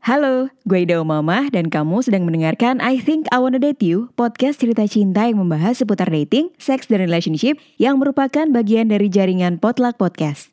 Halo, gue Ida Umamah dan kamu sedang mendengarkan I Think I Wanna Date You, podcast cerita cinta yang membahas seputar dating, seks, dan relationship yang merupakan bagian dari jaringan Potluck Podcast.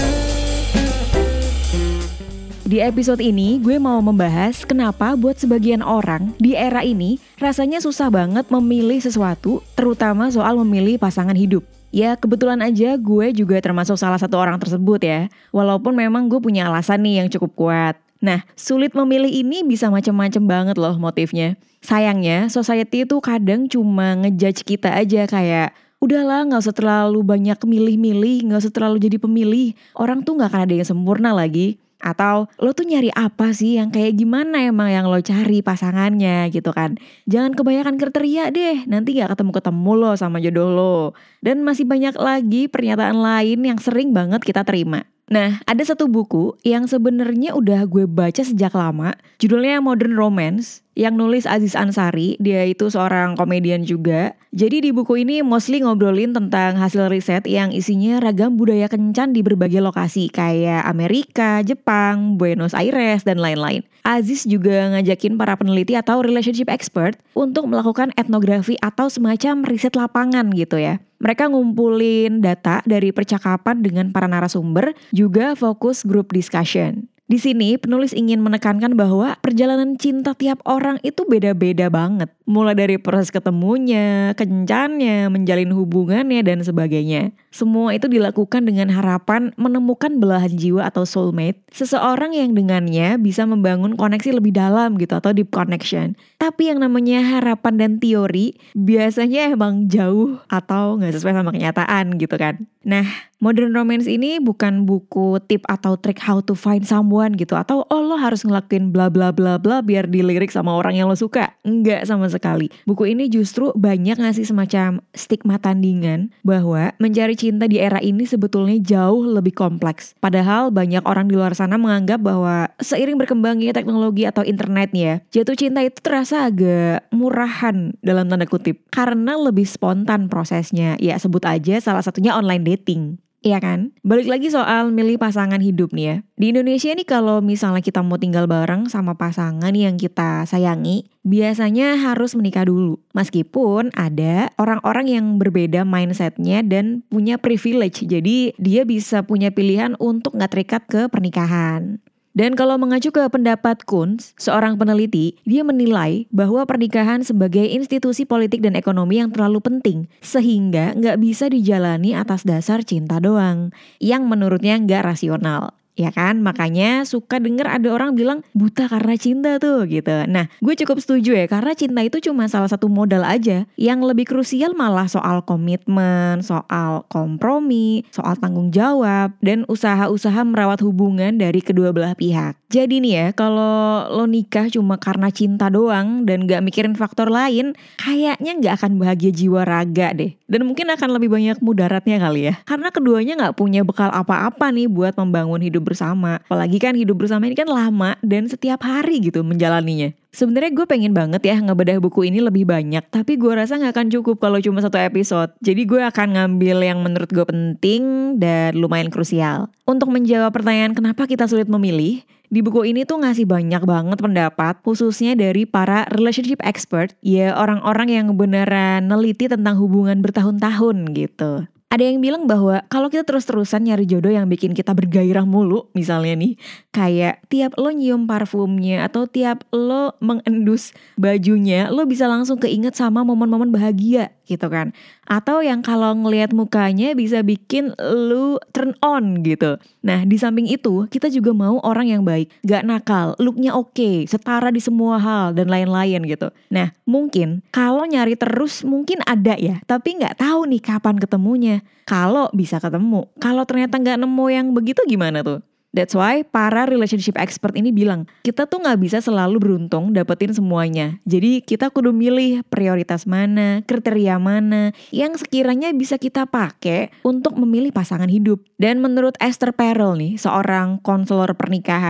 Di episode ini, gue mau membahas kenapa buat sebagian orang di era ini rasanya susah banget memilih sesuatu, terutama soal memilih pasangan hidup. Ya kebetulan aja gue juga termasuk salah satu orang tersebut ya, walaupun memang gue punya alasan nih yang cukup kuat. Nah, sulit memilih ini bisa macam-macam banget loh motifnya. Sayangnya, society itu kadang cuma ngejudge kita aja kayak, udahlah gak usah terlalu banyak milih-milih, gak usah terlalu jadi pemilih. Orang tuh gak akan ada yang sempurna lagi. Atau lo tuh nyari apa sih yang kayak gimana emang yang lo cari pasangannya gitu kan. Jangan kebanyakan kriteria deh, nanti gak ketemu-ketemu lo sama jodoh lo. Dan masih banyak lagi pernyataan lain yang sering banget kita terima. Nah, ada satu buku yang sebenarnya udah gue baca sejak lama, judulnya Modern Romance, yang nulis Aziz Ansari, dia itu seorang komedian juga. Jadi di buku ini mostly ngobrolin tentang hasil riset yang isinya ragam budaya kencan di berbagai lokasi, kayak Amerika, Jepang, Buenos Aires, dan lain-lain. Aziz juga ngajakin para peneliti atau relationship expert untuk melakukan etnografi atau semacam riset lapangan gitu ya. Mereka ngumpulin data dari percakapan dengan para narasumber, juga fokus group discussion. Di sini penulis ingin menekankan bahwa perjalanan cinta tiap orang itu beda-beda banget. Mulai dari proses ketemunya, kencannya, menjalin hubungannya, dan sebagainya. Semua itu dilakukan dengan harapan menemukan belahan jiwa atau soulmate. Seseorang yang dengannya bisa membangun koneksi lebih dalam gitu atau deep connection. Tapi yang namanya harapan dan teori biasanya emang jauh atau gak sesuai sama kenyataan gitu kan. Nah, Modern Romance ini bukan buku tip atau trik how to find someone gitu. Atau lo harus ngelakuin bla bla bla bla biar dilirik sama orang yang lo suka. Enggak sama sekali. Buku ini justru banyak ngasih semacam stigma tandingan bahwa mencari cinta di era ini sebetulnya jauh lebih kompleks. Padahal banyak orang di luar sana menganggap bahwa seiring berkembangnya teknologi atau internetnya, jatuh cinta itu terasa agak murahan dalam tanda kutip. Karena lebih spontan prosesnya. Ya sebut aja salah satunya online dating. Iya kan? Balik lagi soal milih pasangan hidup nih ya. Di Indonesia nih kalau misalnya kita mau tinggal bareng sama pasangan yang kita sayangi, biasanya harus menikah dulu. Meskipun ada orang-orang yang berbeda mindsetnya dan punya privilege. Jadi dia bisa punya pilihan untuk gak terikat ke pernikahan. Dan kalau mengacu ke pendapat Kunz, seorang peneliti, dia menilai bahwa pernikahan sebagai institusi politik dan ekonomi yang terlalu penting, sehingga nggak bisa dijalani atas dasar cinta doang, yang menurutnya nggak rasional. Ya kan, makanya suka denger ada orang bilang buta karena cinta tuh gitu. Nah, gue cukup setuju ya, karena cinta itu cuma salah satu modal aja. Yang lebih krusial malah soal komitmen, soal kompromi, soal tanggung jawab, dan usaha-usaha merawat hubungan dari kedua belah pihak. Jadi nih ya, kalau lo nikah cuma karena cinta doang dan gak mikirin faktor lain, kayaknya gak akan bahagia jiwa raga deh. Dan mungkin akan lebih banyak mudaratnya kali ya. Karena keduanya gak punya bekal apa-apa nih buat membangun hidup bersama. Apalagi kan hidup bersama ini kan lama dan setiap hari gitu menjalaninya. Sebenarnya gue pengen banget ya ngebedah buku ini lebih banyak, tapi gue rasa gak akan cukup kalau cuma satu episode. Jadi gue akan ngambil yang menurut gue penting dan lumayan krusial. Untuk menjawab pertanyaan kenapa kita sulit memilih, di buku ini tuh ngasih banyak banget pendapat, khususnya dari para relationship expert, ya orang-orang yang beneran neliti tentang hubungan bertahun-tahun gitu. Ada yang bilang bahwa kalau kita terus-terusan nyari jodoh yang bikin kita bergairah mulu, misalnya nih, kayak tiap lo nyium parfumnya atau tiap lo mengendus bajunya, lo bisa langsung keinget sama momen-momen bahagia gitu kan. Atau yang kalau ngelihat mukanya bisa bikin lo turn on gitu. Nah, di samping itu, kita juga mau orang yang baik, gak nakal, looknya oke, setara di semua hal dan lain-lain gitu. Nah, mungkin kalau nyari terus mungkin ada ya, tapi gak tahu nih kapan ketemunya. Kalau bisa ketemu, kalau ternyata gak nemu yang begitu gimana tuh? That's why para relationship expert ini bilang, kita tuh gak bisa selalu beruntung dapetin semuanya. Jadi kita kudu milih prioritas mana, kriteria mana, yang sekiranya bisa kita pakai untuk memilih pasangan hidup. Dan menurut Esther Perel nih, seorang konselor pernikahan,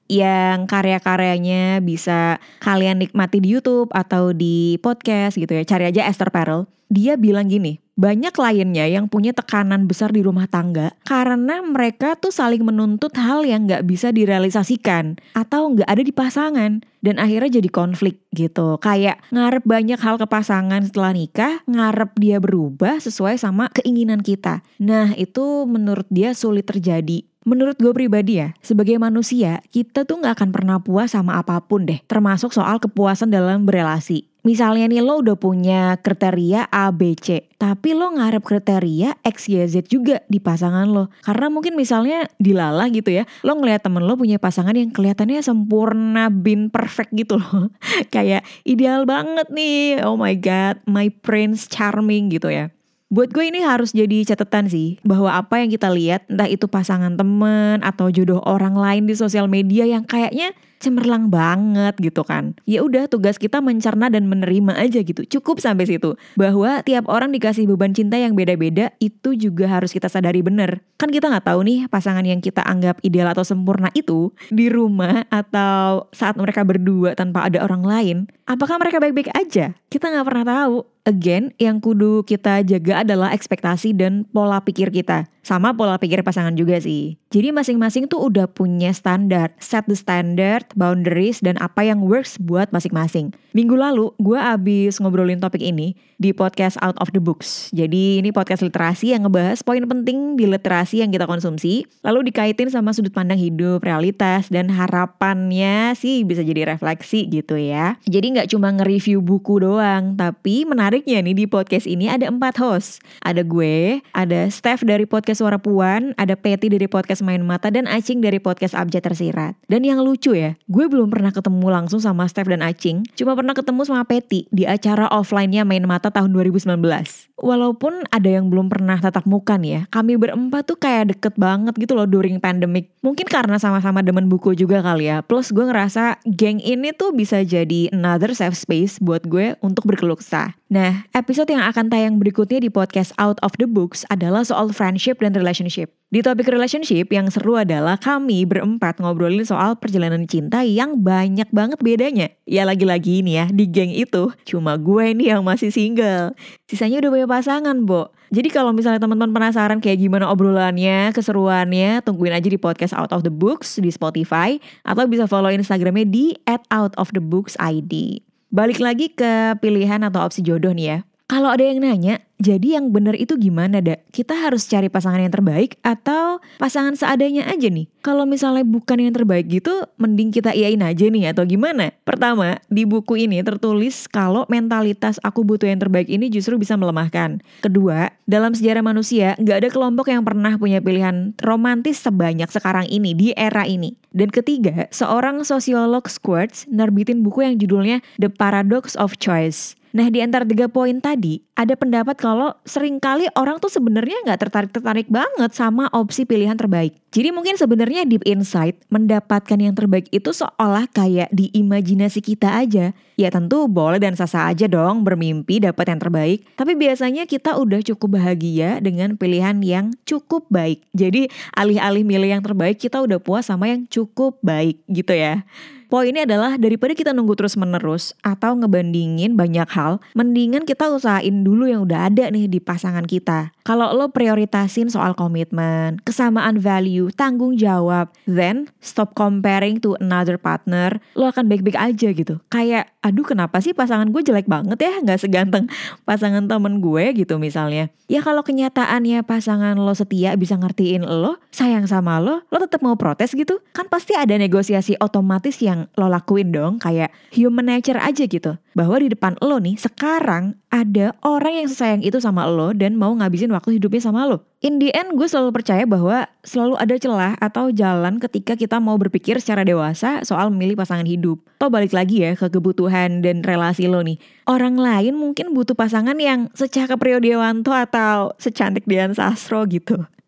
yang karya-karyanya bisa kalian nikmati di YouTube atau di podcast gitu ya. Cari aja Esther Perel. Dia bilang gini, banyak kliennya yang punya tekanan besar di rumah tangga karena mereka tuh saling menuntut hal yang gak bisa direalisasikan atau gak ada di pasangan. Dan akhirnya jadi konflik gitu. Kayak ngarep banyak hal ke pasangan setelah nikah, ngarep dia berubah sesuai sama keinginan kita. Nah itu menurut dia sulit terjadi. Menurut gue pribadi ya, sebagai manusia, kita tuh gak akan pernah puas sama apapun deh. Termasuk soal kepuasan dalam berelasi. Misalnya nih lo udah punya kriteria A, B, C. Tapi lo ngarep kriteria X, Y, Z juga di pasangan lo. Karena mungkin misalnya dilalah gitu ya. Lo ngeliat temen lo punya pasangan yang kelihatannya sempurna, bin perfect gitu loh. Kayak ideal banget nih. Oh my God, my prince charming gitu ya. Buat gue ini harus jadi catatan sih, bahwa apa yang kita lihat, entah itu pasangan temen atau jodoh orang lain di sosial media yang kayaknya cemerlang banget gitu kan. Ya udah, tugas kita mencerna dan menerima aja gitu. Cukup sampai situ. Bahwa tiap orang dikasih beban cinta yang beda-beda, itu juga harus kita sadari bener. Kan kita gak tahu nih pasangan yang kita anggap ideal atau sempurna itu di rumah atau saat mereka berdua tanpa ada orang lain, apakah mereka baik-baik aja? Kita gak pernah tahu. Again, yang kudu kita jaga adalah ekspektasi dan pola pikir kita. Sama pola pikir pasangan juga sih. Jadi masing-masing tuh udah punya standar. Set the standard, boundaries, dan apa yang works buat masing-masing. Minggu lalu, gue abis ngobrolin topik ini di podcast Out of the Books. Jadi ini podcast literasi yang ngebahas poin penting di literasi yang kita konsumsi. Lalu dikaitin sama sudut pandang hidup, realitas, dan harapannya sih bisa jadi refleksi gitu ya. Jadi gak cuma nge-review buku doang, tapi menariknya nih di podcast ini ada 4 host. Ada gue, ada Steph dari podcast Suara Puan, ada Peti dari podcast Main Mata, dan Acing dari podcast Abjad Tersirat. Dan yang lucu ya, gue belum pernah ketemu langsung sama Steph dan Acing, cuma pernah ketemu sama Peti di acara offline-nya Main Mata tahun 2019. Walaupun ada yang belum pernah tatap muka nih ya, kami berempat tuh kayak deket banget gitu loh during pandemic. Mungkin karena sama-sama demen buku juga kali ya. Plus gue ngerasa geng ini tuh bisa jadi another safe space buat gue untuk berkeluh kesah. Nah, episode yang akan tayang berikutnya di podcast Out of the Books adalah soal friendship dan relationship. Di topik relationship yang seru adalah kami berempat ngobrolin soal perjalanan cinta yang banyak banget bedanya. Ya lagi-lagi ini ya, di geng itu cuma gue nih yang masih single. Sisanya udah punya pasangan, Bo. Jadi kalau misalnya teman-teman penasaran kayak gimana obrolannya, keseruannya, tungguin aja di podcast Out of the Books di Spotify. Atau bisa follow Instagramnya di @outofthebooks_id. Balik lagi ke pilihan atau opsi jodoh nih ya. Kalau ada yang nanya, jadi yang benar itu gimana, Dak? Kita harus cari pasangan yang terbaik atau pasangan seadanya aja nih? Kalau misalnya bukan yang terbaik gitu, mending kita iyain aja nih atau gimana? Pertama, di buku ini tertulis kalau mentalitas aku butuh yang terbaik ini justru bisa melemahkan. Kedua, dalam sejarah manusia, gak ada kelompok yang pernah punya pilihan romantis sebanyak sekarang ini, di era ini. Dan ketiga, seorang sosiolog Schwartz nerbitin buku yang judulnya The Paradox of Choice. Nah, di antara 3 poin tadi, ada pendapat kalau seringkali orang tuh sebenarnya nggak tertarik banget sama opsi pilihan terbaik. Jadi mungkin sebenarnya deep inside, mendapatkan yang terbaik itu seolah kayak di imajinasi kita aja. Ya tentu boleh dan sah-sah aja dong bermimpi dapat yang terbaik. Tapi biasanya kita udah cukup bahagia dengan pilihan yang cukup baik. Jadi alih-alih milih yang terbaik, kita udah puas sama yang cukup baik gitu ya. Poinnya adalah daripada kita nunggu terus-menerus atau ngebandingin banyak hal, mendingan kita usahain dulu yang udah ada nih di pasangan kita. Kalau lo prioritasin soal komitmen, kesamaan value, tanggung jawab, then stop comparing to another partner, lo akan baik-baik aja gitu. Kayak, aduh kenapa sih pasangan gue jelek banget ya, gak seganteng pasangan temen gue gitu misalnya. Ya kalau kenyataannya pasangan lo setia bisa ngertiin lo, sayang sama lo tetap mau protes gitu. Kan pasti ada negosiasi otomatis yang lo lakuin dong, kayak human nature aja gitu. Bahwa di depan lo nih sekarang ada orang yang sesayang itu sama lo dan mau ngabisin waktu hidupnya sama lo. In the end gue selalu percaya bahwa selalu ada celah atau jalan ketika kita mau berpikir secara dewasa soal memilih pasangan hidup. Toh balik lagi ya ke kebutuhan dan relasi lo nih. Orang lain mungkin butuh pasangan yang secakep Rio Dewanto atau secantik Dian Sastro gitu.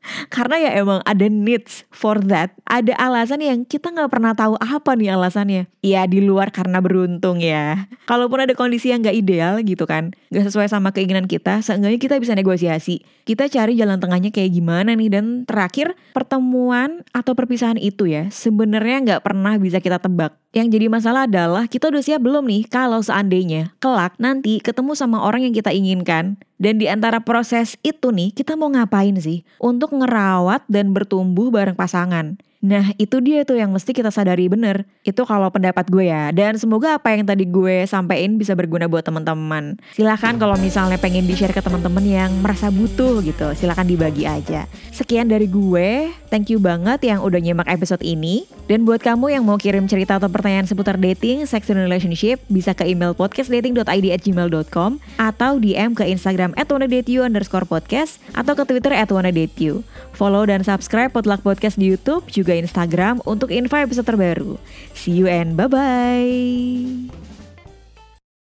Karena ya emang ada needs for that. Ada alasan yang kita gak pernah tahu apa nih alasannya. Ya di luar karena beruntung ya. Kalaupun ada kondisi yang gak ideal gitu kan, gak sesuai sama keinginan kita, seenggaknya kita bisa negosiasi. Kita cari jalan tengahnya kayak gimana nih. Dan terakhir, pertemuan atau perpisahan itu ya sebenarnya gak pernah bisa kita tebak. Yang jadi masalah adalah kita udah siap belum nih kalau seandainya kelak nanti ketemu sama orang yang kita inginkan. Dan di antara proses itu nih kita mau ngapain sih untuk ngerawat dan bertumbuh bareng pasangan. Nah itu dia tuh yang mesti kita sadari bener. Itu kalau pendapat gue ya. Dan semoga apa yang tadi gue sampein bisa berguna buat teman-teman. Silakan kalau misalnya pengen di-share ke teman-teman yang merasa butuh gitu, silakan dibagi aja. Sekian dari gue. Thank you banget yang udah nyimak episode ini. Dan buat kamu yang mau kirim cerita atau pertanyaan seputar dating, sex, dan relationship, bisa ke email podcastdating.id@gmail.com atau DM ke Instagram @wannadateyou_podcast atau ke Twitter @wannadateyou. Follow dan subscribe Potluck Podcast di YouTube, juga Instagram untuk info episode terbaru. See you and bye-bye.